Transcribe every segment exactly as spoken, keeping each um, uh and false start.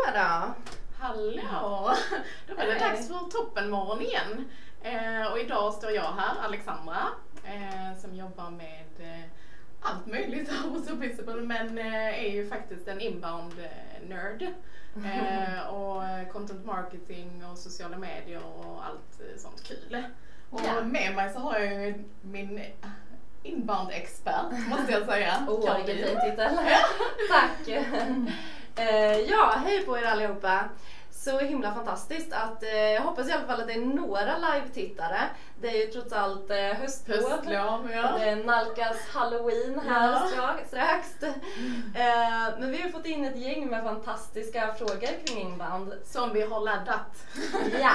då! Hallå! Då var det dags för toppenmorgon igen. Eh, och idag står jag här, Alexandra, eh, som jobbar med eh, allt möjligt av Top Visible, men eh, är ju faktiskt en inbound eh, nörd. Eh, och content marketing och sociala medier och allt eh, sånt kul. Och yeah. med mig så har jag ju min inbound-expert, måste jag säga. Åh, oh, vilken fin titel. Tack! uh, ja, hej på er allihopa. Så himla fantastiskt att, uh, jag hoppas i alla fall att det är några live-tittare. Det är ju trots allt uh, höstlov. Höstlov, ja. Det nalkas Halloween här ja. strax. Uh, men vi har fått in ett gäng med fantastiska frågor kring inbound. Som vi har laddat. Ja.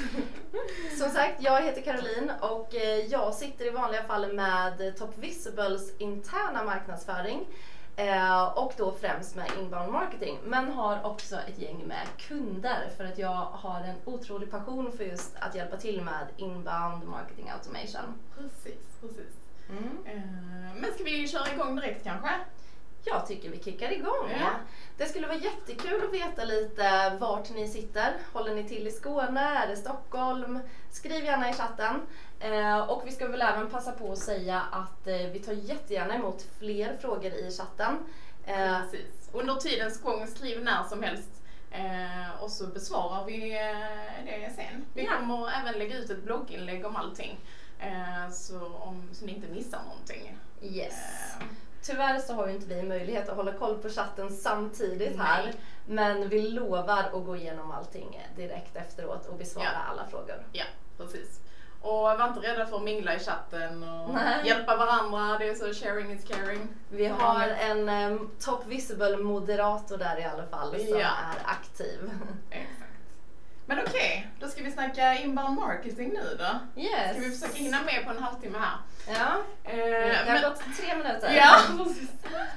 Som sagt, jag heter Caroline och uh, jag sitter i vanliga fall med Top Visibles interna marknadsföring. Eh, och då främst med inbound marketing, men har också ett gäng med kunder för att jag har en otrolig passion för just att hjälpa till med inbound marketing automation. Precis, precis. Mm. Eh, men ska vi köra igång direkt kanske? Jag tycker vi kickar igång. Ja. Det skulle vara jättekul att veta lite vart ni sitter. Håller ni till i Skåne? Är det Stockholm? Skriv gärna i chatten. Eh, och vi ska väl även passa på att säga att eh, vi tar jättegärna emot fler frågor i chatten. Eh, Precis. Under tidens gång skriv när som helst. Eh, och så besvarar vi eh, det sen. Vi ja. kommer även lägga ut ett blogginlägg om allting. Eh, så, om, så ni inte missar någonting. Yes. Eh, Tyvärr så har ju inte vi möjlighet att hålla koll på chatten samtidigt här. Nej. Men vi lovar att gå igenom allting direkt efteråt och besvara ja. alla frågor. Ja, precis. Och var inte rädda för att mingla i chatten och Nej. hjälpa varandra. Det är så sharing is caring. Vi har en um, Top Visible moderator där i alla fall som ja. är aktiv. Exakt. Men okej, okay, då ska vi snacka inbound marketing nu då. Yes. Ska vi försöka hinna med på en halvtimme här? Ja, eh, det har men, gått tre minuter. Ja, precis.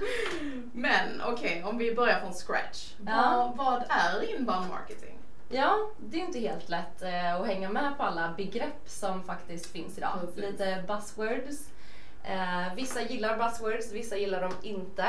Men okej, okay, om vi börjar från scratch. Ja. Vad, vad är inbound marketing? Ja, det är inte helt lätt eh, att hänga med på alla begrepp som faktiskt finns idag. Precis. Lite buzzwords. Eh, vissa gillar buzzwords, vissa gillar dem inte.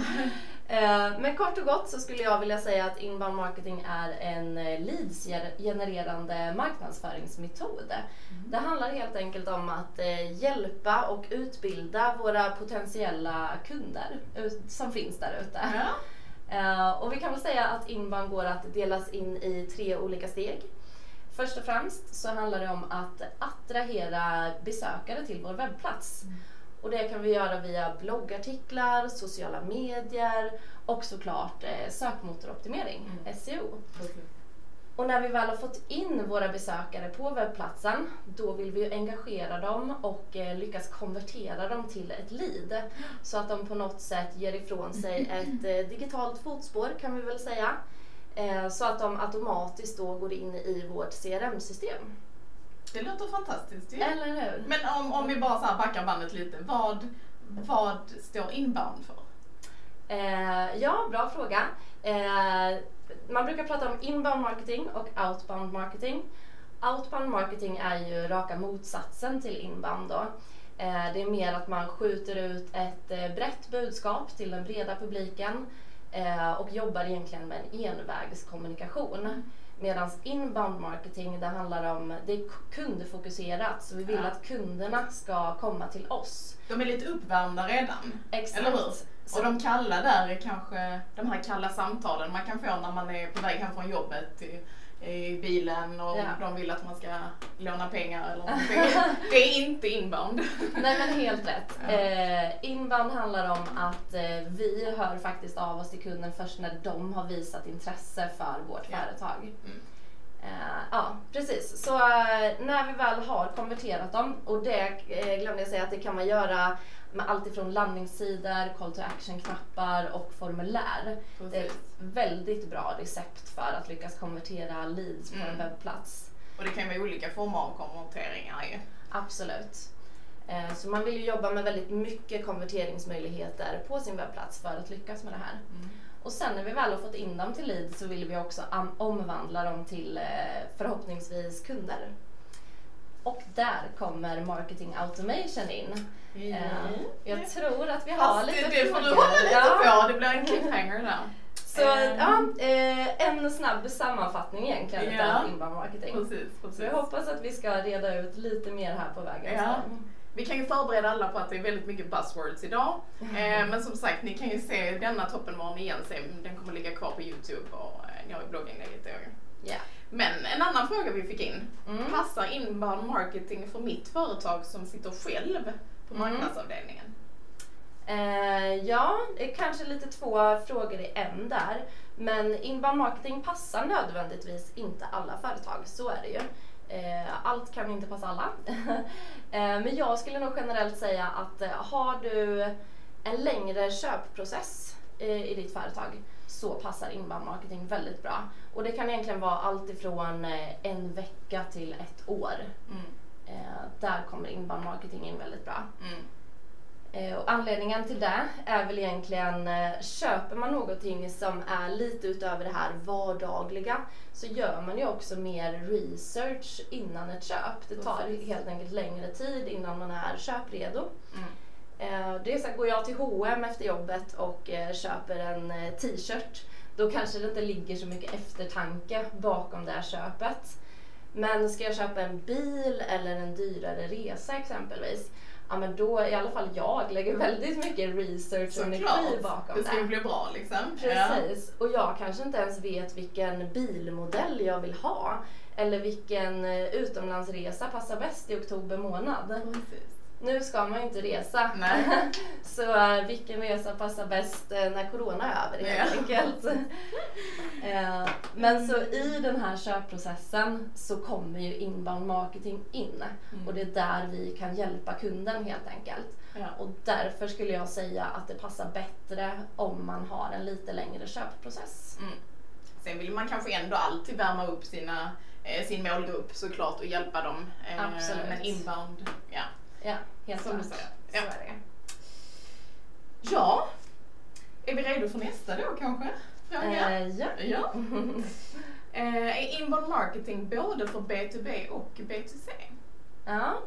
eh, men kort och gott så skulle jag vilja säga att inbound marketing är en leads-genererande marknadsföringsmetod. Mm. Det handlar helt enkelt om att eh, hjälpa och utbilda våra potentiella kunder ut, som finns där ute. Ja. Uh, och vi kan väl säga att inbound går att delas in i tre olika steg. Först och främst så handlar det om att attrahera besökare till vår webbplats. Mm. Och det kan vi göra via bloggartiklar, sociala medier och såklart eh, sökmotoroptimering, mm. S E O. Okay. Och när vi väl har fått in våra besökare på webbplatsen, då vill vi engagera dem och eh, lyckas konvertera dem till ett lead. Så att de på något sätt ger ifrån sig ett eh, digitalt fotspår kan vi väl säga. Eh, så att de automatiskt då går in i vårt C R M-system. Det låter fantastiskt ju. Eller hur? Men om, om vi bara så här backar bandet lite, vad, vad står inbound för? Eh, ja, bra fråga. Eh, man brukar prata om inbound marketing och outbound marketing. Outbound marketing är ju raka motsatsen till inbound då. Eh, det är mer att man skjuter ut ett eh, brett budskap till den breda publiken eh, och jobbar egentligen med en envägskommunikation. Mm. Medan inbound marketing, det handlar om, det är kundfokuserat, så vi vill ja. att kunderna ska komma till oss. De är lite uppvärmda redan. Exakt. Eller hur? Och de kalla där är kanske de här kalla samtalen man kan få när man är på väg hem från jobbet i, i bilen och ja. de vill att man ska låna pengar eller någonting. Det är inte inbound. Nej, men helt rätt. Ja. Eh, inbound handlar om att eh, vi hör faktiskt av oss till kunden först när de har visat intresse för vårt ja. företag. Mm. Uh, ja, precis. Så uh, när vi väl har konverterat dem, och det uh, glömde jag säga att det kan man göra med allt ifrån landningssidor, call to action-knappar och formulär. Precis. Det är ett väldigt bra recept för att lyckas konvertera leads på mm. en webbplats. Och det kan vara olika former av konverteringar ju. Absolut. Uh, så man vill ju jobba med väldigt mycket konverteringsmöjligheter på sin webbplats för att lyckas med det här. Mm. Och sen när vi väl har fått in dem till lead så vill vi också omvandla dem till eh, förhoppningsvis kunder. Och där kommer marketing automation in. Mm. Uh, jag tror att vi har Fast lite det, det får du hålla lite ja. på, det blir en cliffhanger där. Så eh. ja, eh, en snabb sammanfattning egentligen ja. av inbound marketing. Precis, precis. Så jag hoppas att vi ska reda ut lite mer här på vägen. Ja. Vi kan ju förbereda alla på att det är väldigt mycket buzzwords idag. Eh, men som sagt, ni kan ju se denna toppenmorgon igen. Se, den kommer ligga kvar på YouTube och eh, ni har ju blogginlägget. Yeah. Men en annan fråga vi fick in. Mm. Passar inbound marketing för mitt företag som sitter själv på marknadsavdelningen? Eh, ja, det är kanske lite två frågor i en där. Men inbound marketing passar nödvändigtvis inte alla företag, så är det ju. Eh, allt kan inte passa alla. eh, men jag skulle nog generellt säga att eh, har du en längre köpprocess eh, i ditt företag så passar inbound marketing väldigt bra. Och det kan egentligen vara allt ifrån eh, en vecka till ett år. Mm. Eh, där kommer inbound marketing in väldigt bra. Mm. Eh, och anledningen till det är väl egentligen, eh, köper man någonting som är lite utöver det här vardagliga så gör man ju också mer research innan ett köp. Det tar Precis. helt enkelt längre tid innan man är köpredo. Mm. Eh, det är så att går jag till H och M efter jobbet och eh, köper en eh, t-shirt, då kanske det inte ligger så mycket eftertanke bakom det här köpet. Men ska jag köpa en bil eller en dyrare resa exempelvis, ja men då i alla fall jag lägger väldigt mycket research och energi bakom det. Det ska ju bli bra liksom. Precis, ja. Och jag kanske inte ens vet vilken bilmodell jag vill ha eller vilken utomlandsresa passar bäst i oktober månad. Precis. Nu ska man ju inte resa. Nej. Så uh, vilken resa passar bäst uh, när corona är över helt ja. enkelt. uh, men så i den här köpprocessen så kommer ju inbound marketing in. Mm. Och det är där vi kan hjälpa kunden helt enkelt. Ja. Och därför skulle jag säga att det passar bättre om man har en lite längre köpprocess. Mm. Sen vill man kanske ändå alltid värma upp sina, eh, sin målgrupp såklart och hjälpa dem. Eh, Absolut. Men inbound, ja. Ja, helt som klart. du säger. Ja. Så är det. Ja, är vi redo för nästa då kanske? Fråga? Uh, ja. ja. uh, är inbound marketing både för B to B och B to C? Ja.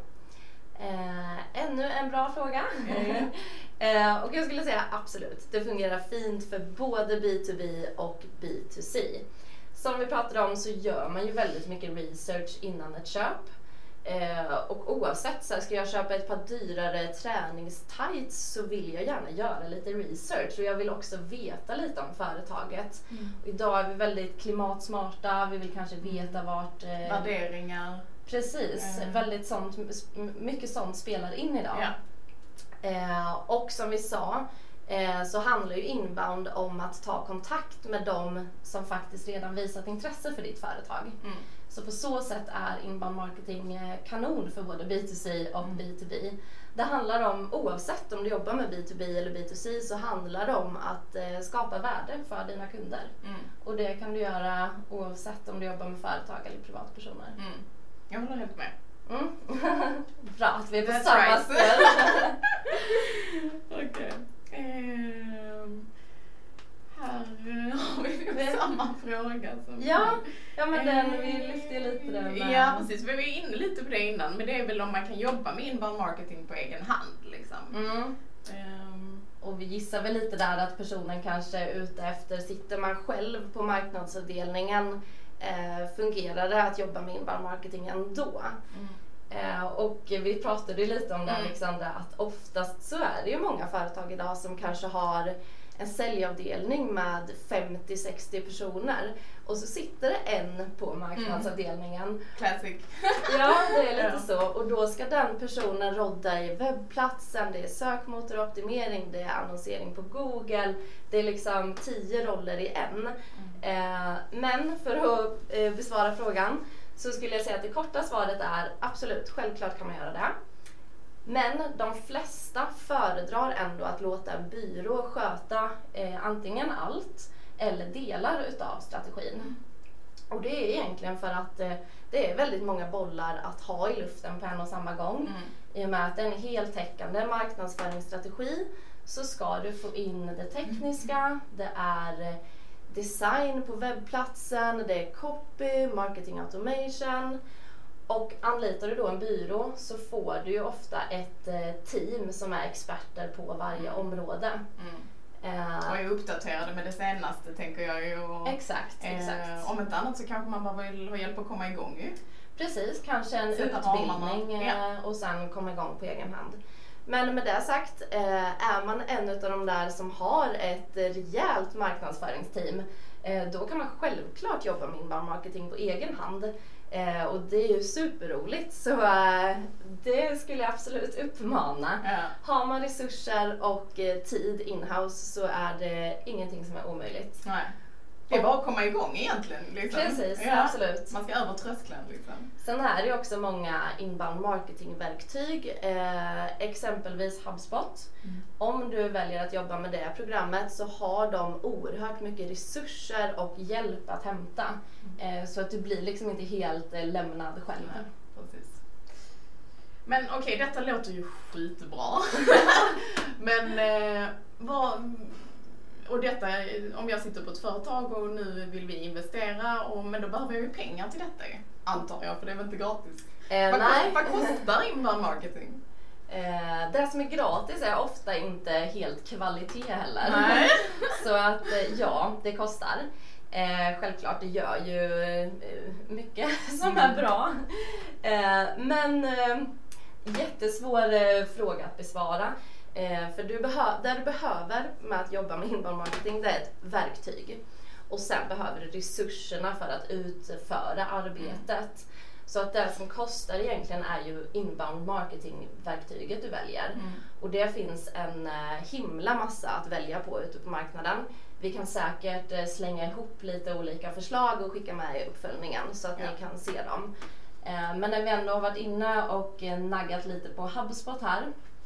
Uh, ännu en bra fråga. Mm. uh, och jag skulle säga absolut. Det fungerar fint för både B to B och B to C. Som vi pratade om så gör man ju väldigt mycket research innan ett köp. Eh, och oavsett så här, ska jag köpa ett par dyrare träningstights så vill jag gärna göra lite research och jag vill också veta lite om företaget. Mm. Och idag är vi väldigt klimatsmarta, vi vill kanske veta vart... Eh, värderingar. Precis, mm. väldigt sånt, mycket sånt spelar in idag. Ja. Eh, och som vi sa eh, så handlar ju inbound om att ta kontakt med dem som faktiskt redan visat intresse för ditt företag. Mm. Så på så sätt är inbound marketing kanon för både B to C och B to B. Det handlar om, oavsett om du jobbar med B to B eller B to C, så handlar det om att eh, skapa värde för dina kunder. Mm. Och det kan du göra oavsett om du jobbar med företag eller privatpersoner. Mm. Jag håller helt med. Mm. Bra att vi är på That's samma right. ställe. Okej. Okay. Um. Här har vi samma fråga. Som ja, ja, men den, vi lyfte ju lite den. Ja, precis. Vi var inne lite på det innan. Men det är väl om man kan jobba med inbound marketing på egen hand. Liksom. Mm. Um. Och vi gissar väl lite där att personen kanske är ute efter, sitter man själv på marknadsavdelningen, eh, fungerar det att jobba med inbound marketing ändå? Mm. Eh, och vi pratade ju lite om det, mm. Alexandra, att oftast så är det ju många företag idag som kanske har en säljavdelning med femtio till sextio personer och så sitter det en på marknadsavdelningen. Mm. Classic. Ja, det är lite så. Och då ska den personen rodda i webbplatsen, det är sökmotoroptimering, det är annonsering på Google. Det är liksom tio roller i en. Mm. Eh, men för att eh, besvara frågan så skulle jag säga att det korta svaret är absolut, självklart kan man göra det. Men de flesta föredrar ändå att låta en byrå sköta eh, antingen allt eller delar utav strategin. Mm. Och det är egentligen för att eh, det är väldigt många bollar att ha i luften på en och samma gång. Mm. I och med att det är en heltäckande marknadsföringsstrategi så ska du få in det tekniska, mm. det är design på webbplatsen, det är copy, marketing automation. Och anlitar du då en byrå så får du ju ofta ett eh, team som är experter på varje område. Mm. Uh, och är uppdaterade med det senaste, tänker jag ju. Och, exakt, exakt. Uh, om inte annat så kanske man bara vill ha hjälp att komma igång ju. Precis, kanske en Sätta utbildning ja. och sen komma igång på egen hand. Men med det sagt, är man en av de där som har ett rejält marknadsföringsteam, då kan man självklart jobba med inbound marketing på egen hand. Och det är ju superroligt, så det skulle jag absolut uppmana. Ja. Har man resurser och tid inhouse så är det ingenting som är omöjligt. Nej. Det är bara att komma igång egentligen. Liksom. Precis, ja, absolut. Man ska över tröskeln. Liksom. Sen är det ju också många inbound marketingverktyg, eh, exempelvis HubSpot. Mm. Om du väljer att jobba med det programmet så har de oerhört mycket resurser och hjälp att hämta. Mm. Eh, så att du blir liksom inte helt eh, lämnad själv. Ja, precis. Men okej, okay, detta låter ju skitbra. Men eh, vad... Och detta, om jag sitter på ett företag och nu vill vi investera, och, men då behöver jag ju pengar till detta, antar jag, för det är väl inte gratis. Eh, vad, nej. vad kostar inbound marketing? Eh, det som är gratis är ofta inte helt kvalitet heller. Nej. Så att ja, det kostar. Eh, självklart, det gör ju eh, mycket som är bra. Eh, men eh, jättesvår eh, fråga att besvara. Eh, för du behö- det du behöver med att jobba med inbound marketing, det är ett verktyg. Och sen behöver du resurserna för att utföra arbetet. Mm. Så att det som kostar egentligen är ju inbound marketing-verktyget du väljer. Mm. Och det finns en eh, himla massa att välja på ute på marknaden. Vi kan säkert eh, slänga ihop lite olika förslag och skicka med i uppföljningen så att ja. ni kan se dem. Eh, men när vi ändå har varit inne och eh, naggat lite på HubSpot här,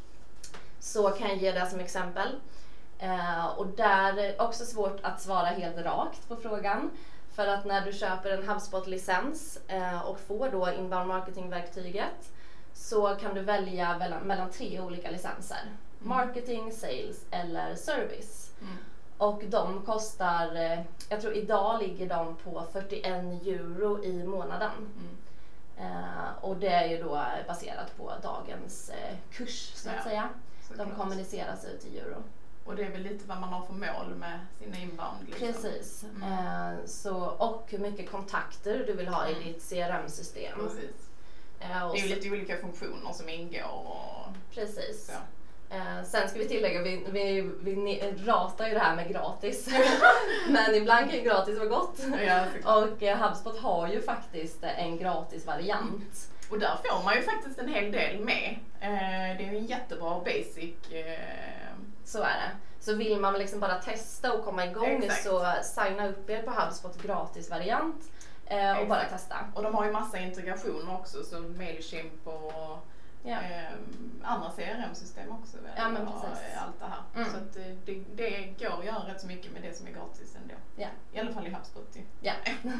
så kan jag ge det som exempel. Eh, och där är det också svårt att svara helt rakt på frågan. För att när du köper en HubSpot-licens eh, och får då inbound marketing-verktyget, så kan du välja mellan, mellan tre olika licenser. Mm. Marketing, sales eller service. Mm. Och de kostar, eh, jag tror idag ligger de på fyrtioen euro i månaden. Mm. Uh, och det är ju då baserat på dagens uh, kurs så att ja, säga. Så de kommuniceras ut i euro. Och det är väl lite vad man har för mål med sina inbound. Liksom. Precis. Mm. Uh, så, och hur mycket kontakter du vill ha mm. i ditt C R M-system. Precis. Uh, och det är ju lite olika funktioner som ingår. Och precis. Så. Uh, sen ska vi tillägga, vi, vi, vi ratar ju det här med gratis. Men ibland kan ju gratis vara gott. Ja, och uh, HubSpot har ju faktiskt en gratis variant. Mm. Och där får man ju faktiskt en hel del med. Uh, det är ju en jättebra basic. Uh... Så är det. Så vill man liksom bara testa och komma igång, exakt, så signa upp er på HubSpot gratis variant uh, och exakt. bara testa. Och de har ju massa integrationer också, så Mailchimp och ja. eh, andra C R M-system också. Ja, men precis. Allt det här. Mm. Så att det, det går att göra rätt så mycket med det som är gratis ändå. Ja. I alla fall i HubSpot. Ja.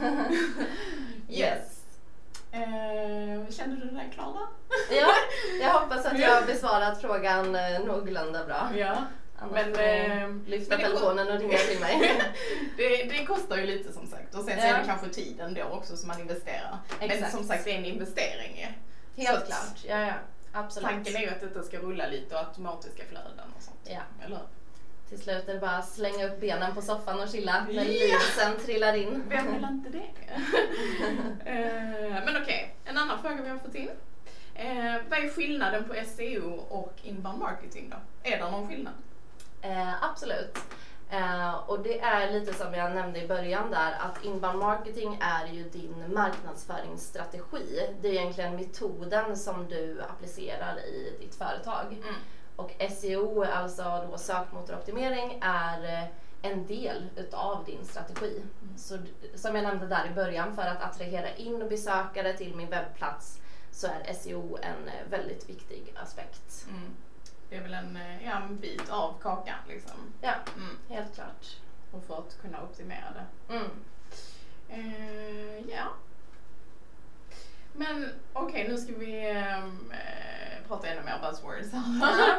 Yes. Eh, kände du dig klar då? Ja, jag hoppas att jag har besvarat frågan eh, någorlunda bra. Ja. Annars men eh, lyfta men telefonen och ringa till mig. det, det kostar ju lite som sagt. Och sen ja. så är det kanske tiden då också som man investerar. Exakt. Men som sagt, det är en investering. Helt så klart, ja, ja, absolut. Tanken är ju att detta ska rulla lite och automatiska flöden och sånt. Ja. Eller? Till slut är det bara att slänga upp benen på soffan och chilla när leadsen trillar in. Vem vill inte det? uh, men okej, okay. En annan fråga vi har fått in. Uh, vad är skillnaden på S E O och inbound marketing då? Är det någon skillnad? Uh, absolut. Uh, och det är lite som jag nämnde i början där, att inbound marketing är ju din marknadsföringsstrategi. Det är egentligen metoden som du applicerar i ditt företag. Mm. Och S E O, alltså då sökmotoroptimering, är en del utav din strategi. Mm. Så som jag nämnde där i början, för att attrahera in besökare till min webbplats så är S E O en väldigt viktig aspekt. Mm. Det är väl en, ja, en bit av kakan liksom. Ja, mm. helt klart. Och för att kunna optimera det. Mm. Uh, ja. Men okej, okay, nu ska vi uh, prata ännu mer buzzwords.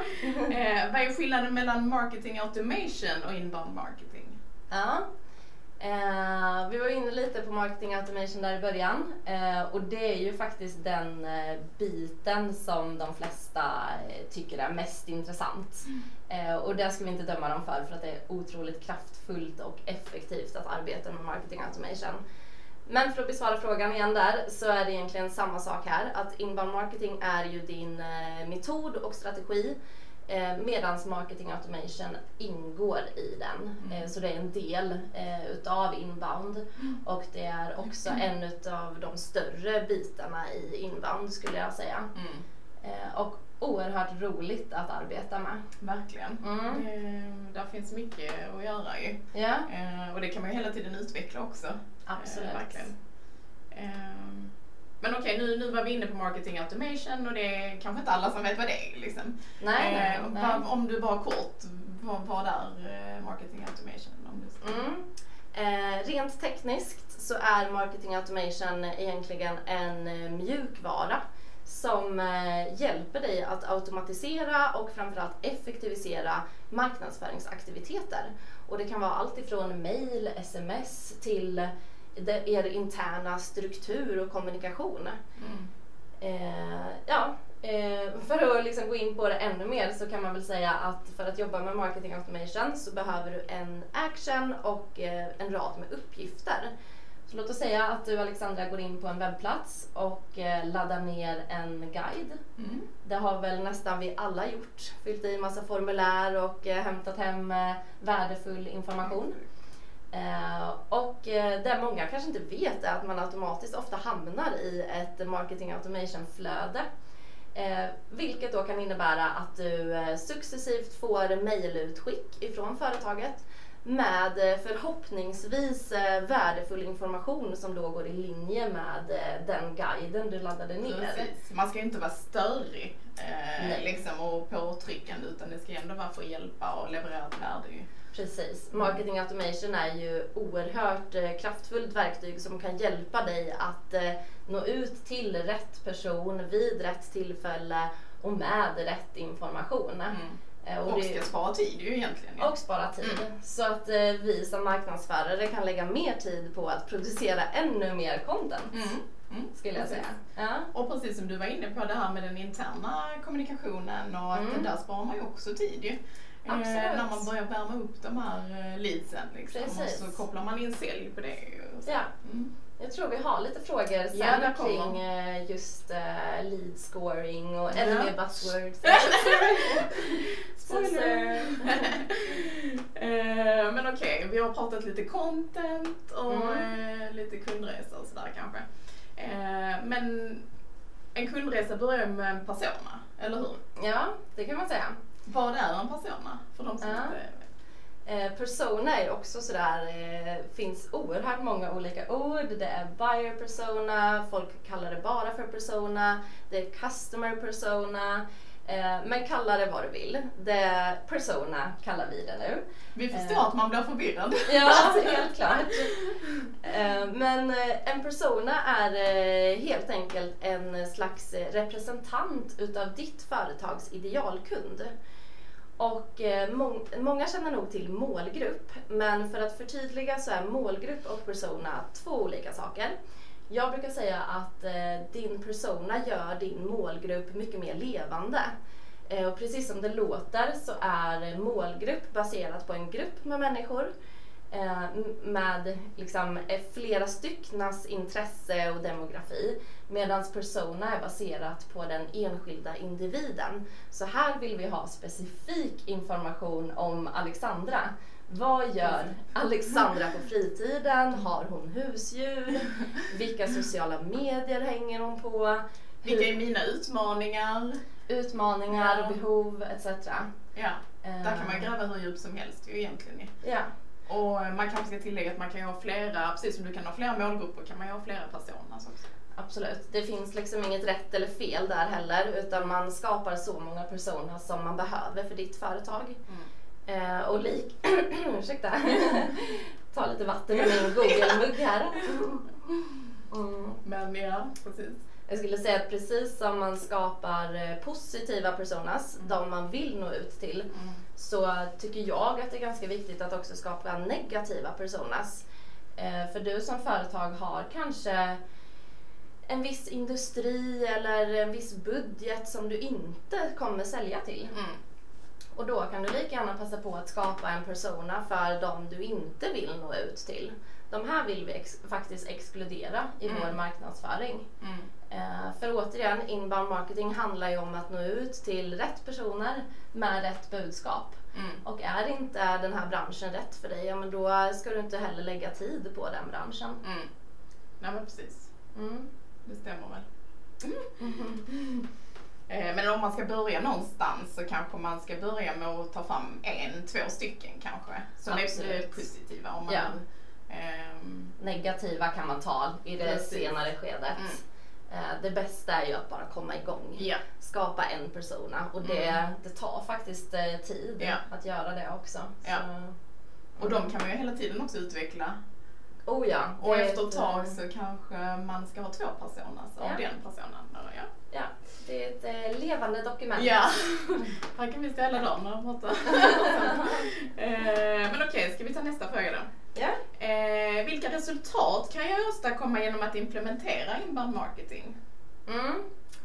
uh, vad är skillnaden mellan marketing automation och inbound marketing? Ja, Eh, vi var inne lite på marketing automation där i början eh, och det är ju faktiskt den eh, biten som de flesta eh, tycker är mest intressant. Mm. Eh, och det ska vi inte döma dem för för att det är otroligt kraftfullt och effektivt att arbeta med marketing automation. Men för att besvara frågan igen där så är det egentligen samma sak här, att inbound marketing är ju din eh, metod och strategi. Eh, medans marketing automation ingår i den. Mm. Eh, så det är en del eh, utav inbound. Mm. Och det är också mm. en utav de större bitarna i inbound skulle jag säga. Mm. Eh, och oerhört roligt att arbeta med. Verkligen. Mm. Det, där finns mycket att göra ju. Ja. Eh, och det kan man ju hela tiden utveckla också. Absolut. Eh, verkligen. Eh, Men okej, nu, nu var vi inne på marketing automation och det är kanske inte alla som vet vad det är. Liksom. Nej, nej, eh, nej. Vad, om du bara kort, vad, vad är eh, marketing automation? Om du ska... mm. eh, rent tekniskt så är marketing automation egentligen en eh, mjukvara som eh, hjälper dig att automatisera och framförallt effektivisera marknadsföringsaktiviteter. Och det kan vara allt ifrån mail, sms till er interna struktur och kommunikation. Mm. Eh, ja, eh, för att liksom gå in på det ännu mer så kan man väl säga att för att jobba med marketing automation så behöver du en action och eh, en rad med uppgifter. Så låt oss säga att du, Alexandra, går in på en webbplats och eh, laddar ner en guide. Mm. Det har väl nästan vi alla gjort. Fyllt i massa formulär och eh, hämtat hem eh, värdefull information. Mm. Uh, och uh, det många kanske inte vet är att man automatiskt ofta hamnar i ett marketing automation flöde. Uh, vilket då kan innebära att du uh, successivt får mejlutskick ifrån företaget med uh, förhoppningsvis uh, värdefull information som då går i linje med uh, den guiden du laddade ner. Precis. Man ska ju inte vara störig uh, liksom, och påtryckande, utan det ska ändå vara för att hjälpa och leverera ett värde. Precis. Marketing automation är ju oerhört eh, kraftfullt verktyg som kan hjälpa dig att eh, nå ut till rätt person vid rätt tillfälle och med rätt information. Mm. Eh, och, och det, ska spara tid ju egentligen. Ja. Och spara tid. Mm. Så att eh, vi som marknadsförare kan lägga mer tid på att producera ännu mer content. Mm. Mm. Skulle jag säga. Ja. Och precis som du var inne på det här med den interna kommunikationen och mm. att där sparar man ju också tid ju. Absolut. Eh, när man börjar värma upp de här eh, leadsen liksom, och så kopplar man in sälj på det. Och så. Ja. Mm. Jag tror vi har lite frågor sen ja, kring eh, just uh, lead scoring och ännu mer buzzwords. Spoiler! eh, men okej, okay, vi har pratat lite content och mm. eh, lite kundresor och sådär kanske. Eh, men en kundresa börjar med en persona, eller hur? Ja, det kan man säga. Vad är en persona? För de som ja. inte vet. Eh, persona är också sådär, eh, finns oerhört många olika ord. Det är buyer persona, folk kallar det bara för persona, det är customer persona. Eh, men kalla det vad du vill. Det persona kallar vi det nu. Vi förstår eh, att man blir förvirrad. Ja, helt klart. Eh, men eh, en persona är eh, helt enkelt en slags representant utav ditt företags idealkund. Och eh, må- många känner nog till målgrupp, men för att förtydliga så är målgrupp och persona två olika saker. Jag brukar säga att eh, din persona gör din målgrupp mycket mer levande. Eh, och precis som det låter så är målgrupp baserat på en grupp med människor eh, med liksom, eh, flera stycknas intresse och demografi. Medan persona är baserat på den enskilda individen. Så här vill vi ha specifik information om Alexandra. Vad gör Alexandra på fritiden? Har hon husdjur? Vilka sociala medier hänger hon på? Vilka är mina utmaningar? Utmaningar och ja. behov et cetera. Ja, där kan man gräva hur djupt som helst ju egentligen. Ja. Och man kanske ska tillägga att man kan ha flera, precis som du kan ha flera målgrupper, kan man ha flera personer också. Absolut. Det finns liksom inget rätt eller fel där heller, utan man skapar så många personer som man behöver för ditt företag. Mm. Eh, och lik... Ursäkta. Ta lite vatten i min Google-mugg här. Mm. Men ja, precis. Jag skulle säga att precis som man skapar positiva personas, mm. de man vill nå ut till, mm. så tycker jag att det är ganska viktigt att också skapa negativa personas. Eh, för du som företag har kanske en viss industri eller en viss budget som du inte kommer sälja till. Mm. Och då kan du lika gärna passa på att skapa en persona för dem du inte vill nå ut till. De här vill vi ex- faktiskt exkludera i mm. vår marknadsföring. Mm. Eh, för återigen, inbound marketing handlar ju om att nå ut till rätt personer med rätt budskap. Mm. Och är inte den här branschen rätt för dig, ja, men då ska du inte heller lägga tid på den branschen. Mm. Nej men precis. Mm. Det stämmer väl. Mm. Eh, men om man ska börja någonstans så kanske man ska börja med att ta fram en, två stycken kanske. Som Absolut. är positiva. Om man, ja. ehm... Negativa kan man ta i det Precis. senare skedet. Mm. Eh, det bästa är ju att bara komma igång. Ja. Skapa en persona. Och det, mm. det tar faktiskt eh, tid ja. att göra det också. Ja. Så, mm. Och de kan man ju hela tiden också utveckla. Oh ja, och efter ett tag så kanske man ska ha två personer så, ja. av den personen. Eller, ja. ja, det är ett eh, levande dokument. Ja, här kan vi ställa dem och prata. eh, men okej, okay, ska vi ta nästa fråga då? Ja. Eh, vilka resultat kan jag åstadkomma genom att implementera inbound marketing? Mm.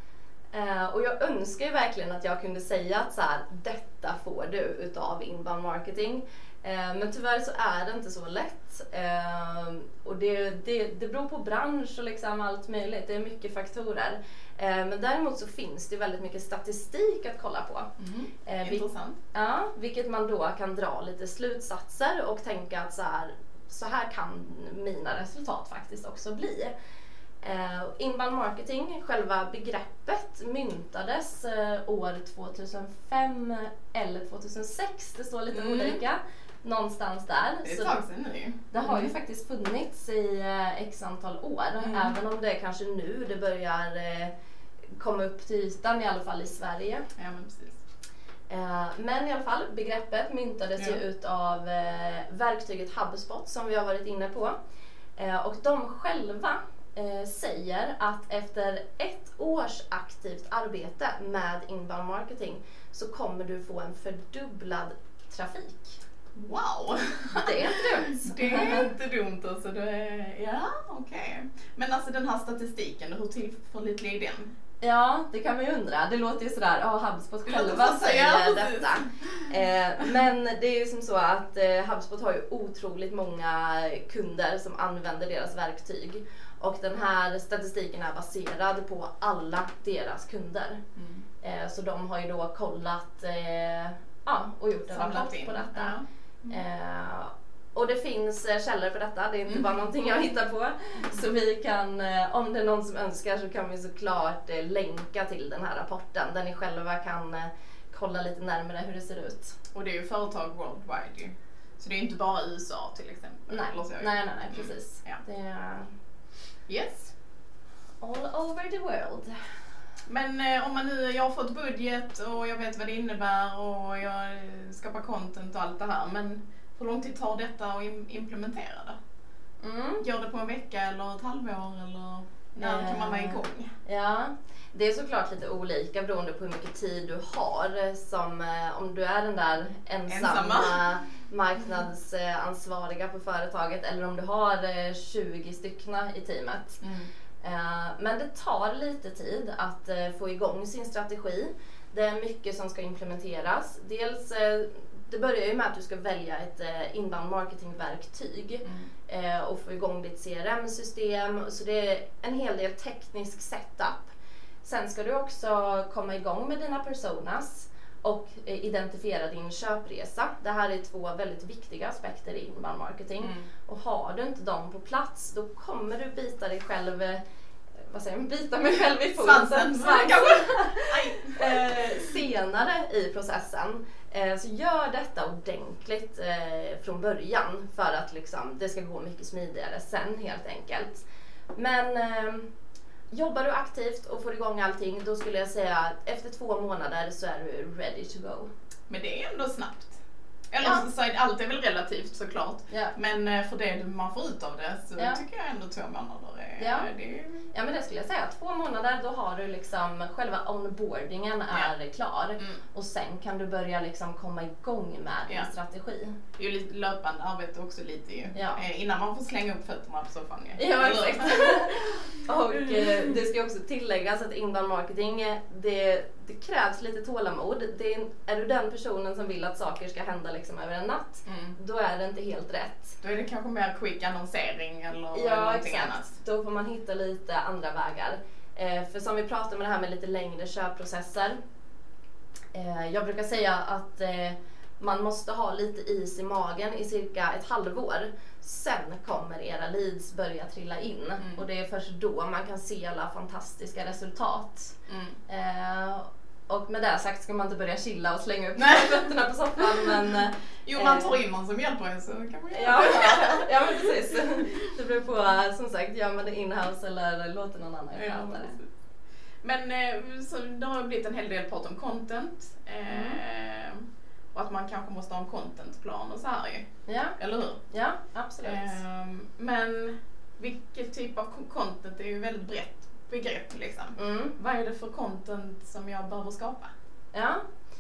Uh, och jag önskar ju verkligen att jag kunde säga att så här, detta får du utav inbound marketing. Uh, men tyvärr så är det inte så lätt. Uh, och det, det, det beror på bransch och liksom allt möjligt. Det är mycket faktorer. Uh, men däremot så finns det väldigt mycket statistik att kolla på. Mm. Uh, Intressant. Vil- ja, vilket man då kan dra lite slutsatser och tänka att så här, så här kan mina resultat faktiskt också bli. Uh, inbound marketing, själva begreppet, myntades uh, år tvåtusenfem eller tvåtusensex. Det står lite mm. olika. Någonstans där. Det är ett tag sedan nu. Det har mm. ju faktiskt funnits i uh, x antal år. Mm. Även om det är kanske nu det börjar uh, komma upp till ytan, i alla fall i Sverige. Ja, men precis. Uh, men i alla fall, begreppet myntades ja. ju ut av uh, verktyget HubSpot som vi har varit inne på. Uh, och de själva Eh, säger att efter ett års aktivt arbete med inbound marketing så kommer du få en fördubblad trafik. Wow! Det är inte dumt. Det är inte dumt alltså. Det är, ja, okej. Okay. Men alltså den här statistiken, hur tillförlitlig är den? Ja, det kan man ju undra. Det låter ju sådär, ja, oh, HubSpot själva säger detta. Eh, men det är ju som så att eh, HubSpot har ju otroligt många kunder som använder deras verktyg. Och den här statistiken är baserad på alla deras kunder. Mm. Eh, så de har ju då kollat eh, ja, och gjort en rapport på detta. Ja. Mm. Eh, och det finns eh, källor för detta, det är inte mm. bara någonting jag hittar på. Så vi kan, eh, om det är någon som önskar så kan vi såklart eh, länka till den här rapporten. Där ni själva kan eh, kolla lite närmare hur det ser ut. Och det är ju företag worldwide ju. Så det är inte bara U S A till exempel. Nej, nej, nej, nej, precis. Mm. Ja. Det är... Yes. All over the world. Men eh, om man nu, jag har fått budget och jag vet vad det innebär och jag skapar content och allt det här. Men hur lång tid tar detta att implementera det? Mm. Gör det på en vecka eller ett halvår eller när kan man vara igång? Ja, det är såklart lite olika beroende på hur mycket tid du har. Som om du är den där ensamma, ensamma. marknadsansvariga på företaget eller om du har tjugo styckna i teamet. Mm. Men det tar lite tid att få igång sin strategi. Det är mycket som ska implementeras. Dels, det börjar ju med att du ska välja ett inbound marketingverktyg mm. och få igång ditt C R M-system. Så det är en hel del teknisk setup. Sen ska du också komma igång med dina personas och identifiera din köpresa. Det här är två väldigt viktiga aspekter i inbound marketing. Mm. Och har du inte dem på plats då kommer du bita dig själv, vad säger man, bita mig själv i foten. Svansen. Svansen. eh, senare i processen. Eh, så gör detta ordentligt eh, från början för att liksom, det ska gå mycket smidigare sen helt enkelt. Men eh, jobbar du aktivt och får igång allting, då skulle jag säga att efter två månader så är du ready to go. Men det är ändå snabbt. Eller Ja. så är allt är väl relativt såklart. Ja. Men för det man får ut av det så Ja. tycker jag ändå två månader är... Ja. Det är... Ja, men det skulle jag säga. Två månader, då har du liksom själva onboardingen är Ja. klar. Mm. Och sen kan du börja liksom komma igång med din Ja. strategi. Det är ju lite löpande arbete också lite ju. Ja. Eh, innan man får slänga upp fötterna på soffan ju. Ja, Eller? exakt. Och eh, det ska också tilläggas att inbound marketing, eh, det, det krävs lite tålamod. Det är, är du den personen som vill att saker ska hända liksom över en natt, Mm. då är det inte helt rätt. Då är det kanske mer quick annonsering eller Ja, någonting exakt. annat. Då får man hitta lite andra vägar. Eh, för som vi pratar om det här med lite längre köpprocesser. Eh, jag brukar säga att eh, man måste ha lite is i magen i cirka ett halvår. Sen kommer era leads börja trilla in. Mm. Och det är först då man kan se alla fantastiska resultat. Mm. Eh, och med det sagt ska man inte börja chilla och slänga upp Nej. fötterna på soffan. Men, eh, Jo, man tar in någon som hjälper en så kan man göra Ja, det. ja, men precis. Det beror på, som sagt, gör man det in-house eller låter någon annan Ja, sköta det. precis. Men eh, så det har blivit en hel del prat om content. Eh, och att man kanske måste ha en contentplan och så här ju. Ja, Eller hur? ja, absolut. Eh, men vilket typ av content är ju väldigt brett begrepp liksom. Mm, Vad är det för content som jag behöver skapa? ja.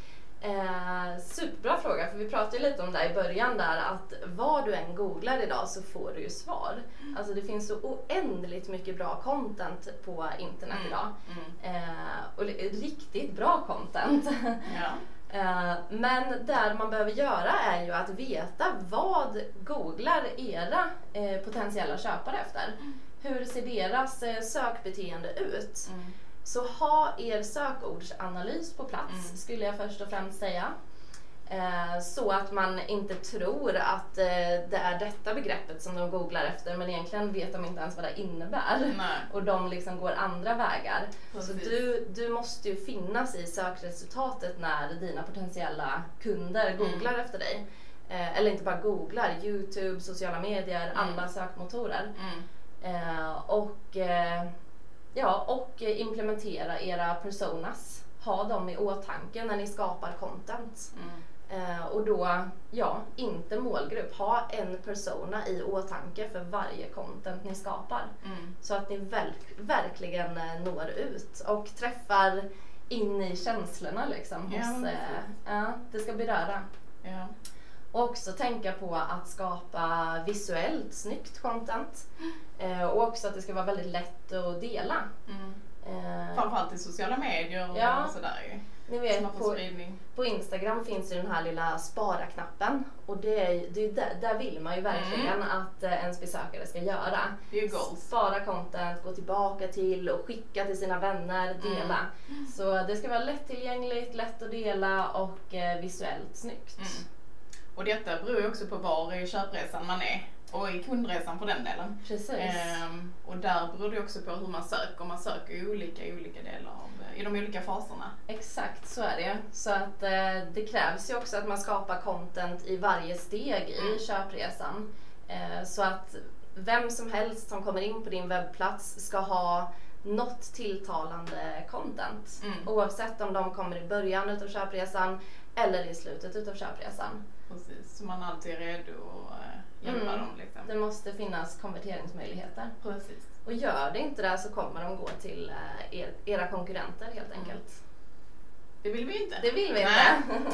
Eh, superbra fråga, för vi pratade ju lite om det i början där, att vad du än googlar idag så får du ju svar. Alltså det finns så oändligt mycket bra content på internet Mm. idag. Mm. Eh, och li- riktigt bra content. Ja. Eh, Men där man behöver göra är ju att veta vad googlar era eh, potentiella köpare efter. Hur ser deras eh, sökbeteende ut? Mm. Så ha er sökordsanalys på plats, Mm. skulle jag först och främst säga. Eh, Så att man inte tror att eh, det är detta begreppet som de googlar efter, men egentligen vet de inte ens vad det innebär. Nej. Och de liksom går andra vägar. Så Precis. du, du måste ju finnas i sökresultatet när dina potentiella kunder googlar Mm. efter dig. Eh, eller inte bara googlar, YouTube, sociala medier, Mm. alla sökmotorer. Mm. Eh, och, eh, ja, och implementera era personas. Ha dem i åtanke när ni skapar content. Mm. Eh, och då, ja, inte målgrupp. Ha en persona i åtanke för varje content ni skapar. Mm. Så att ni verk, verkligen eh, når ut och träffar in i känslorna liksom. Ja, Hos, men eh, ja, det ska beröra. Ja. Och också tänka på att skapa visuellt snyggt content. Eh, och också att det ska vara väldigt lätt att dela. Mm. Eh, Framförallt i sociala medier och Ja. sådär ju. ni Så vet, man får på, spridning. på Instagram finns ju den här lilla spara-knappen. Och det är, det är där, där vill man ju verkligen Mm. att eh, ens besökare ska göra. Det är ju goals. Spara content, gå tillbaka till och skicka till sina vänner, dela. Mm. Så det ska vara lättillgängligt, lätt att dela och eh, visuellt snyggt. Mm. Och detta beror ju också på var i köpresan man är. Och i kundresan för den delen. Precis. Ehm, och där beror det också på hur man söker. Man söker ju olika i olika delar av, i de olika faserna. Exakt, så är det. Så att eh, det krävs ju också att man skapar content i varje steg i Mm. köpresan. Eh, så att vem som helst som kommer in på din webbplats ska ha något tilltalande content. Mm. Oavsett om de kommer i början utav köpresan eller i slutet utav köpresan. Precis, så man alltid är redo att uh, hjälpa Mm. dem liksom. Det måste finnas konverteringsmöjligheter. Precis. Och gör det inte det så kommer de gå till eh, er, era konkurrenter helt enkelt. Det vill vi ju inte. Det vill vi Nej. inte.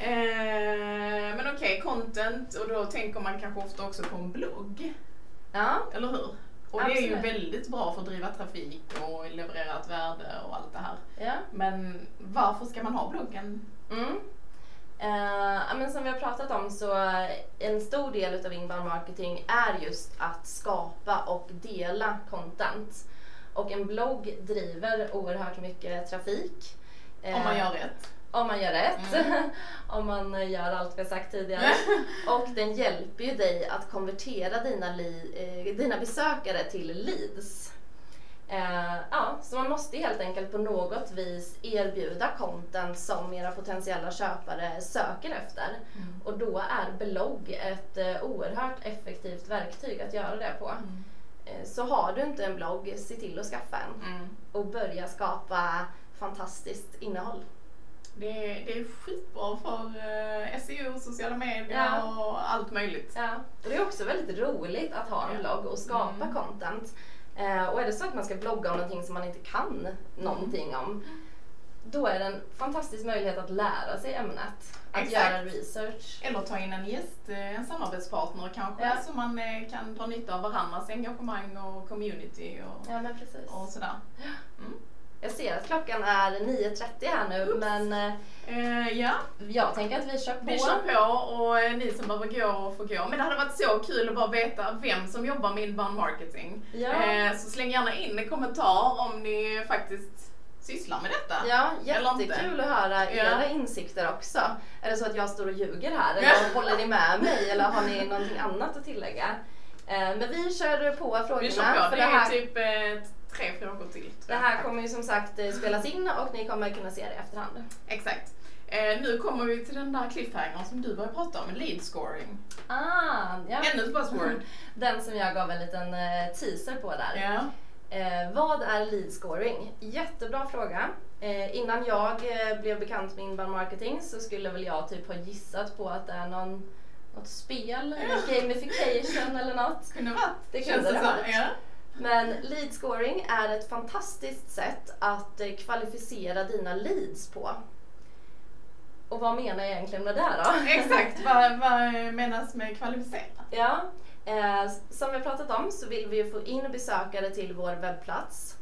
Eh, men okej, content, och då tänker man kanske ofta också på en blogg, Ja, eller hur? Och det är ju Absolut. väldigt bra för att driva trafik och leverera ett värde och allt det här. ja. Men varför ska man ha bloggen? Mm. Eh, ja, men som vi har pratat om så en stor del utav inbound marketing är just att skapa och dela content. Och en blogg driver oerhört mycket trafik. Eh, Om man gör rätt. Om man gör rätt. Mm. Om man gör allt vi har sagt tidigare. Och den hjälper ju dig att konvertera dina, li, eh, dina besökare till leads. Eh, ja, så man måste helt enkelt på något vis erbjuda content som era potentiella köpare söker efter. Mm. Och då är blogg ett eh, oerhört effektivt verktyg att göra det på. Mm. Eh, så har du inte en blogg, se till att skaffa en. Mm. Och börja skapa fantastiskt innehåll. Det är, det är skitbra för uh, S E O, sociala medier ja. och allt möjligt. Ja. Och det är också väldigt roligt att ha en blogg och skapa mm. content. Uh, och är det så att man ska blogga om någonting som man inte kan någonting om, då är det en fantastisk möjlighet att lära sig ämnet. Att Exakt. göra research. Eller ta in en gäst, en samarbetspartner kanske, ja. så man kan dra nytta av varandras engagemang och community och, ja, men precis. och sådär. Mm. Jag ser att klockan är nio trettio här nu, Oops. men uh, ja. jag tänker att vi kör på. Vi kör på och uh, ni som behöver gå får gå. Men det hade varit så kul att bara veta vem som jobbar med inbound marketing. Ja. Uh, så släng gärna in en kommentar om ni faktiskt sysslar med detta. Ja, jättekul att höra era ja. insikter också. Är det så att jag står och ljuger här? Eller håller ni med mig? Eller har ni någonting annat att tillägga? Eh, men vi kör på frågorna. Vi kör på, för det, det här, är typ eh, tre frågor till. Det här kommer ju som sagt spelas in och ni kommer kunna se det i efterhand. Exakt. Eh, nu kommer vi till den där cliffhangern som du började prata om, lead scoring. Ah, ja. Ännu ett buzzword. Den som jag gav en liten eh, teaser på där. Ja. Eh, vad är lead scoring? Jättebra fråga. Eh, innan jag eh, blev bekant med inbound marketing så skulle väl jag typ ha gissat på att det är någon, något spel, eller gamification eller något. Kunde varit. Det kunde det så, ja. Men lead scoring är ett fantastiskt sätt att eh, kvalificera dina leads på. Och vad menar jag egentligen med det då? Exakt, vad, vad menas med kvalificera? Ja. Eh, som vi har pratat om så vill vi ju få in besökare till vår webbplats.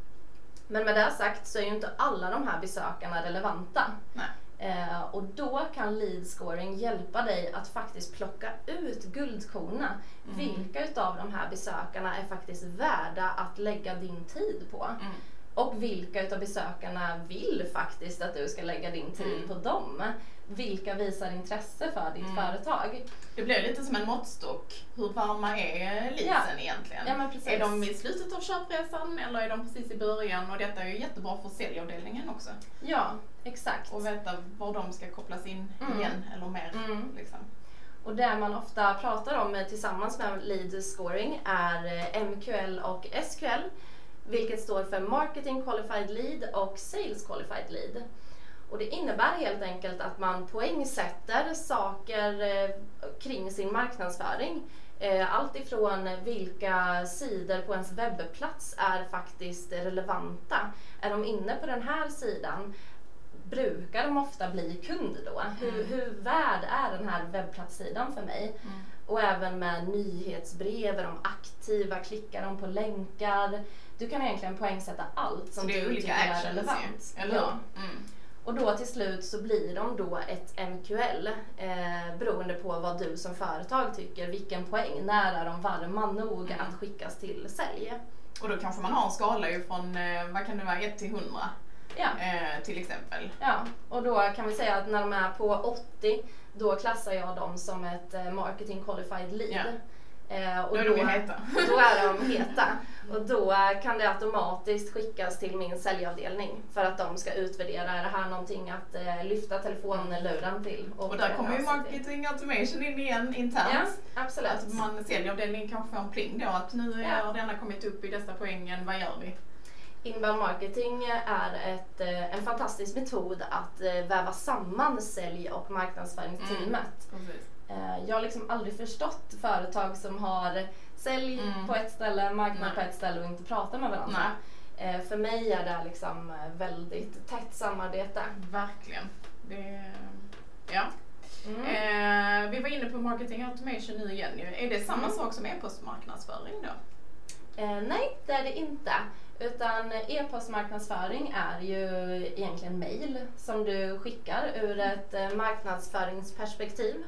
Men med det sagt så är ju inte alla de här besökarna relevanta. Nej. Eh, och då kan lead scoring hjälpa dig att faktiskt plocka ut guldkorna. Mm. Vilka utav de här besökarna är faktiskt värda att lägga din tid på? Mm. Och vilka utav besökarna vill faktiskt att du ska lägga din tid mm. på dem? Vilka visar intresse för ditt mm. företag? Det blir lite som en måttstock. Hur varma är leadsen ja. egentligen? Ja, men precis. Är de i slutet av köpresan eller är de precis i början? Och detta är ju jättebra för säljavdelningen också. Ja, exakt. Och veta var de ska kopplas in mm. igen eller mer. Mm. Liksom. Och det man ofta pratar om tillsammans med lead scoring är M Q L och S Q L. Vilket står för Marketing Qualified Lead och Sales Qualified Lead. Och det innebär helt enkelt att man poängsätter saker eh, kring sin marknadsföring. Eh, allt ifrån vilka sidor på ens webbplats är faktiskt relevanta. Är de inne på den här sidan brukar de ofta bli kund då. Mm. Hur, hur värd är den här webbplatssidan för mig? Mm. Och även med nyhetsbrev, är de aktiva, klickar de på länkar? Du kan egentligen poängsätta allt som du tycker är relevant. Eller? Ja. Mm. Och då till slut så blir de då ett M Q L eh, beroende på vad du som företag tycker, vilken poäng, när är de varma nog mm. att skickas till sälj. Och då kanske man har en skala ju från, eh, vad kan det vara, ett till hundra ja. eh, till exempel. Ja, och då kan vi säga att när de är på åttio då klassar jag dem som ett eh, marketing qualified lead. Ja. Eh, och då är de då, heta. Då är de heta. Och då kan det automatiskt skickas till min säljavdelning för att de ska utvärdera, är det här någonting att eh, lyfta telefonluren till. Och, och där kommer ju marketing automation in igen internt. Ja, absolut. Att man säljavdelningen kanske får en pling då att nu ja. har denna kommit upp i dessa poängen, vad gör vi? Inbound marketing är ett, en fantastisk metod att väva samman sälj- och marknadsföringsteamet. Mm. Jag har liksom aldrig förstått företag som har sälj mm. på ett ställe, marknad Nej. på ett ställe och inte pratar med varandra. Nej. För mig är det liksom väldigt tätt samarbete. Verkligen. Det, ja. Mm. Eh, vi var inne på marketing automation nu igen. Är det samma mm. sak som e-postmarknadsföring då? Eh, nej, det är det inte. Utan e-postmarknadsföring är ju egentligen mail som du skickar ur ett eh, marknadsföringsperspektiv.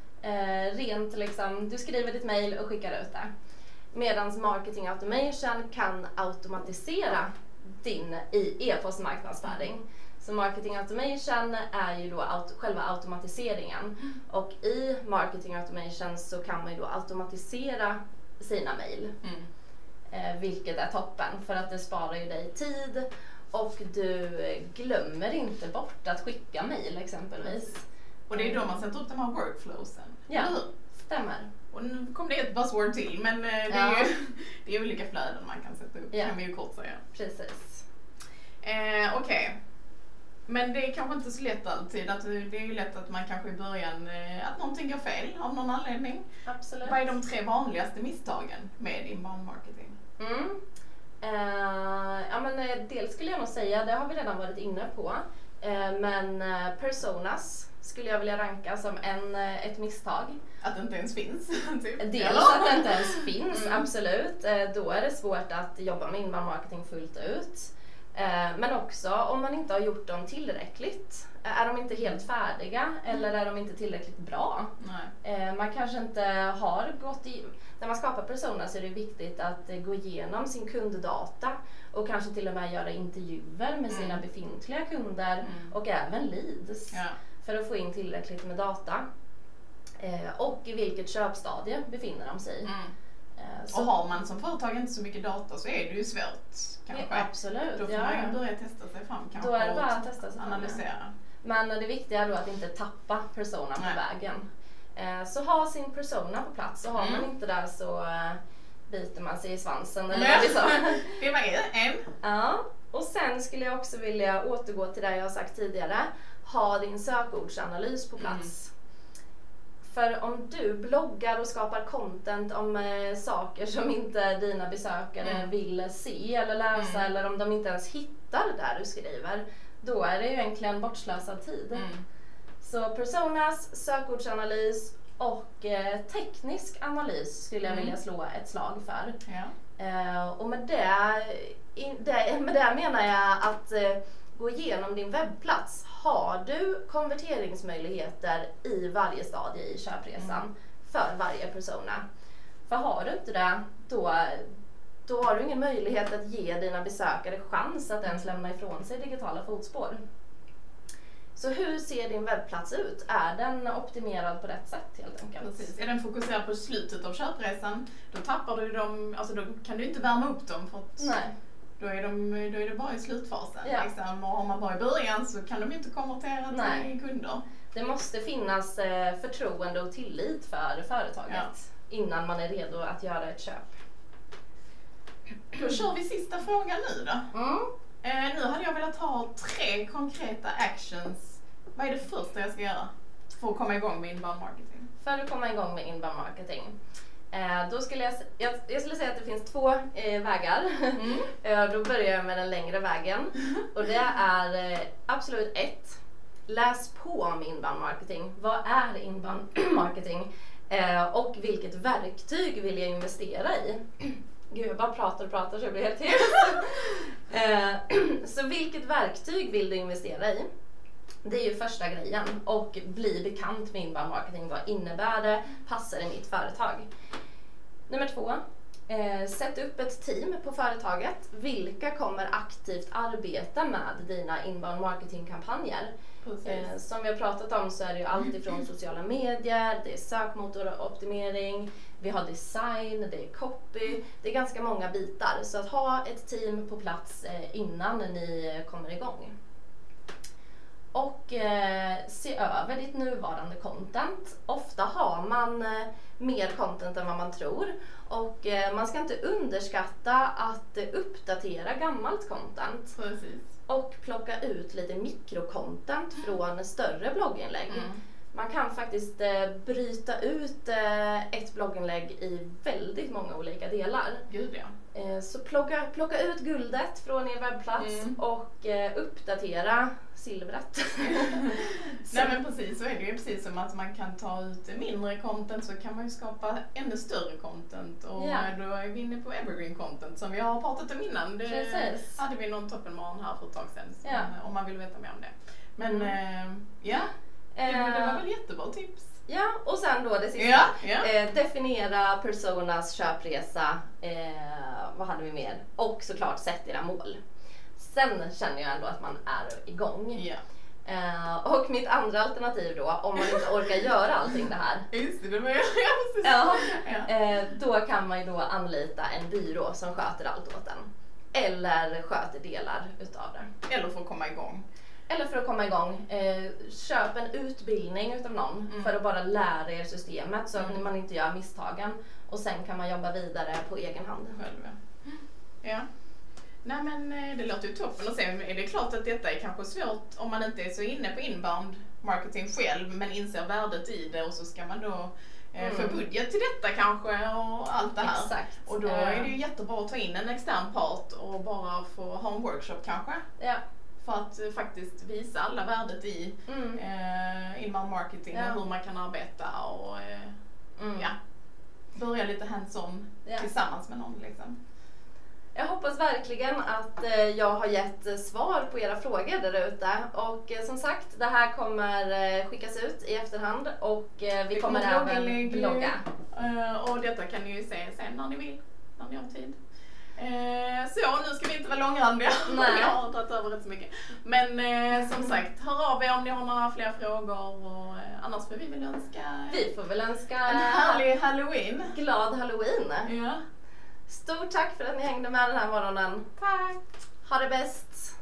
Eh, rent liksom, du skriver ditt mail och skickar ut det. Medan marketing automation kan automatisera din i e-postmarknadsföring. Så marketing automation är ju då aut- själva automatiseringen. Mm. Och i marketing automation så kan man ju då automatisera sina mail. Mm. Eh, vilket är toppen för att det sparar ju dig tid och du glömmer inte bort att skicka mail exempelvis. Och det är då man sätter upp de här workflowsen. Ja, stämmer. Och nu kom det ett buzzword till, men det är ja. ju det är olika flöden man kan sätta upp, ja. kan vi ju kort säga. Precis. Eh, Okej. Okay. Men det är kanske inte så lätt alltid. Att det är ju lätt att man kanske i början, att någonting går fel av någon anledning. Absolut. Vad är de tre vanligaste misstagen med inbound marketing? Mm. Uh, ja, men uh, dels skulle jag nog säga, det har vi redan varit inne på, uh, men uh, personas skulle jag vilja ranka som en, uh, ett misstag. Att det inte ens finns? Typ. Dels att det inte ens finns, mm. absolut. Uh, då är det svårt att jobba med inbound marketing fullt ut. Uh, men också om man inte har gjort dem tillräckligt. Uh, är de inte helt färdiga mm. eller är de inte tillräckligt bra? Nej. Uh, man kanske inte har gått i... När man skapar personer så är det viktigt att uh, gå igenom sin kunddata och kanske till och med göra intervjuer med sina mm. befintliga kunder mm. och även leads ja. för att få in tillräckligt med data. Uh, och i vilket köpstadie befinner de sig. Mm. Så och har man som företag inte så mycket data så är det ju svårt kanske. Ja, absolut. Då får ja. man ju börja testa sig fram kanske. Då är det bara att testa sig fram. Analysera. Men det viktiga är då att inte tappa personen på vägen. Så ha sin persona på plats, så har mm. man inte där så biter man sig i svansen eller ja. så. Det var en. Ja. Och sen skulle jag också vilja återgå till det jag har sagt tidigare. Ha din sökordsanalys på plats. Mm. För om du bloggar och skapar content om eh, saker som inte dina besökare mm. vill se eller läsa mm. eller om de inte ens hittar där du skriver, då är det ju egentligen bortslösad tid. Mm. Så personas, sökordsanalys och eh, teknisk analys skulle jag mm. vilja slå ett slag för. Ja. Eh, och med det, in, det, med det menar jag att eh, gå igenom din webbplats. Har du konverteringsmöjligheter i varje stadie i köpresan mm. för varje persona? För har du inte det, då, då har du ingen möjlighet att ge dina besökare chans att ens lämna ifrån sig digitala fotspår. Så hur ser din webbplats ut? Är den optimerad på rätt sätt helt enkelt? Precis. Är den fokuserad på slutet av köpresan, då tappar du dem, alltså då kan du inte värma upp dem för att Nej. Då är, de, då är det bara i slutfasen. Ja. Liksom. Och har man bara i början så kan de inte konvertera till Nej. kunder. Det måste finnas förtroende och tillit för företaget ja. innan man är redo att göra ett köp. Då kör vi sista frågan nu då. Mm. Eh, nu hade jag velat ha tre konkreta actions. Vad är det första jag ska göra för att komma igång med inbound marketing? För att komma igång med inbound marketing. Eh, då skulle jag, jag, jag skulle säga att det finns två eh, vägar. Mm. eh, då börjar jag med den längre vägen. Och det är eh, absolut ett. Läs på om inbound marketing. Vad är inbound marketing? Eh, och vilket verktyg vill jag investera i? Gud, jag bara pratar och pratar så jag blir helt hes. eh, så vilket verktyg vill du investera i? Det är ju första grejen. Och bli bekant med inbound marketing. Vad innebär det? Passar i mitt företag? Nummer två. Eh, sätt upp ett team på företaget. Vilka kommer aktivt arbeta med dina inbound marketingkampanjer? Eh, som vi har pratat om så är det ju allt ifrån sociala medier, det är sökmotoroptimering, vi har design, det är copy. Det är ganska många bitar. Så att ha ett team på plats eh, innan ni kommer igång. Och eh, se över ditt nuvarande content. Ofta har man eh, mer content än vad man tror. Och eh, man ska inte underskatta att eh, uppdatera gammalt content. Precis. Och plocka ut lite mikrocontent från större blogginlägg. Mm. Man kan faktiskt eh, bryta ut eh, ett blogginlägg i väldigt många olika delar. Gud ja. Eh, så plocka, plocka ut guldet från er webbplats mm. och eh, uppdatera silvret. Nej men precis, så är det ju precis som att man kan ta ut mindre content så kan man ju skapa ännu större content. Och ja. Då är vi inne på evergreen content som vi har pratat om innan. Det precis. Hade vi någon toppenmorgon här för ett tag sedan ja. om man vill veta mer om det. Men mm. äh, ja, det, uh, det var väl jättebra tips. Ja, och sen då det sista. Ja, ja. Eh, definiera personas köpresa. Eh, vad hade vi mer? Och såklart sätt era mål. Sen känner jag ändå att man är igång. Ja. Eh, och mitt andra alternativ då, om man inte orkar göra allting det här. Just det, det var jag precis. Ja, ja. Eh, då kan man ju då anlita en byrå som sköter allt åt en. Eller sköter delar utav det. Eller för att komma igång. Eller för att komma igång, eh, köp en utbildning utav någon mm. för att bara lära er systemet så mm. att man inte gör misstagen. Och sen kan man jobba vidare på egen hand. Själv, ja. Ja. Nej men eh, det låter ju toppen, och sen är det klart att detta är kanske svårt om man inte är så inne på inbound marketing själv men inser värdet i det, och så ska man då eh, Mm. få budget till detta kanske och allt det här. Exakt. Och då Ja. är det ju jättebra att ta in en extern part och bara få ha en workshop kanske. Ja. För att eh, faktiskt visa alla värdet i Mm. eh, inbound marketing Ja. och hur man kan arbeta och eh, Mm. ja, börja lite hands-on Ja. tillsammans med någon liksom. Jag hoppas verkligen att eh, jag har gett eh, svar på era frågor där ute. Och eh, som sagt, det här kommer eh, skickas ut i efterhand och eh, vi Det kommer kommer även blogginlägg. blogga. Eh, och detta kan ni ju se sen när ni vill, när ni har tid. Eh, så nu ska vi inte vara långrandiga, Nej. jag har dragit över rätt så mycket. Men eh, som sagt, hör av er om ni har några fler frågor, och eh, annars får vi väl önska Vi får väl önska en härlig Halloween. glad Halloween. Ja. Stort tack för att ni hängde med den här morgonen. Tack! Ha det bäst!